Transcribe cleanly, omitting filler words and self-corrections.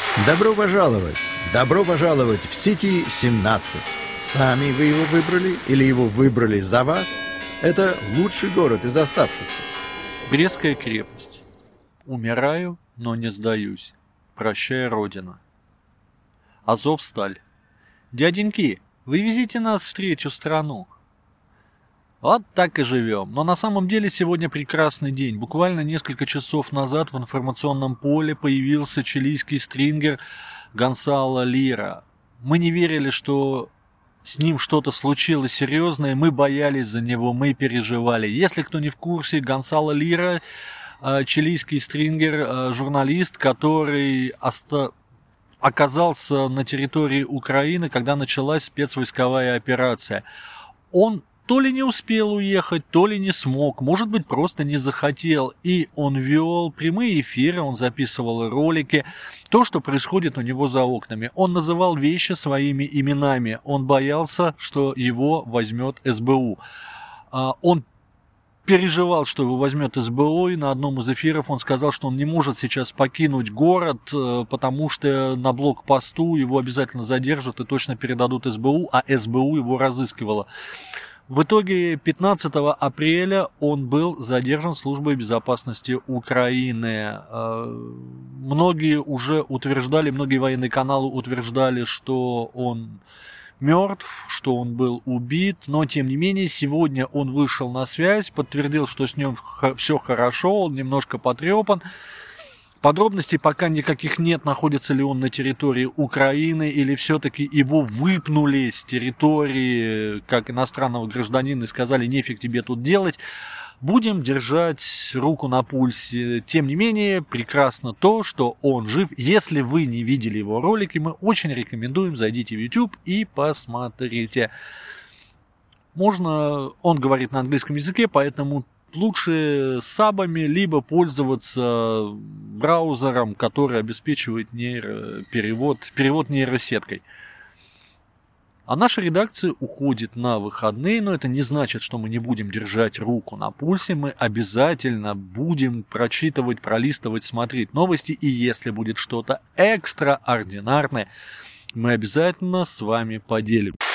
Добро пожаловать в Сити 17. Сами вы его выбрали или его выбрали за вас? Это лучший город из оставшихся. Брестская крепость. Умираю, но не сдаюсь. Прощай, Родина. Азовсталь. Дяденьки, вы везите нас в третью страну. Вот так и живем. Но на самом деле сегодня прекрасный день. Буквально несколько часов назад в информационном поле появился чилийский стрингер Гонсало Лира. Мы не верили, что с ним что-то случилось серьезное. Мы боялись за него, мы переживали. Если кто не в курсе, Гонсало Лира чилийский стрингер, журналист, который оказался на территории Украины, когда началась спецвойсковая операция. Он то ли не успел уехать, то ли не смог, может быть, просто не захотел. И он вел прямые эфиры, он записывал ролики, то, что происходит у него за окнами. Он называл вещи своими именами, он боялся, что его возьмет СБУ. Он переживал, что его возьмет СБУ, и на одном из эфиров он сказал, что он не может сейчас покинуть город, потому что на блокпосту его обязательно задержат и точно передадут СБУ, а СБУ его разыскивала. В итоге 15 апреля он был задержан Службой безопасности Украины. Многие военные каналы утверждали, что он мертв, что он был убит, но тем не менее сегодня он вышел на связь, подтвердил, что с ним все хорошо, он немножко потрепан. Подробностей пока никаких нет, находится ли он на территории Украины или все-таки его выпнули с территории как иностранного гражданина и сказали, нефиг тебе тут делать. Будем держать руку на пульсе. Тем не менее, прекрасно то, что он жив. Если вы не видели его ролики, мы очень рекомендуем, зайдите в YouTube и посмотрите. Он говорит на английском языке, поэтому лучше сабами, либо пользоваться браузером, который обеспечивает перевод нейросеткой. А наша редакция уходит на выходные, но это не значит, что мы не будем держать руку на пульсе. Мы обязательно будем прочитывать, пролистывать, смотреть новости. И если будет что-то экстраординарное, мы обязательно с вами поделимся.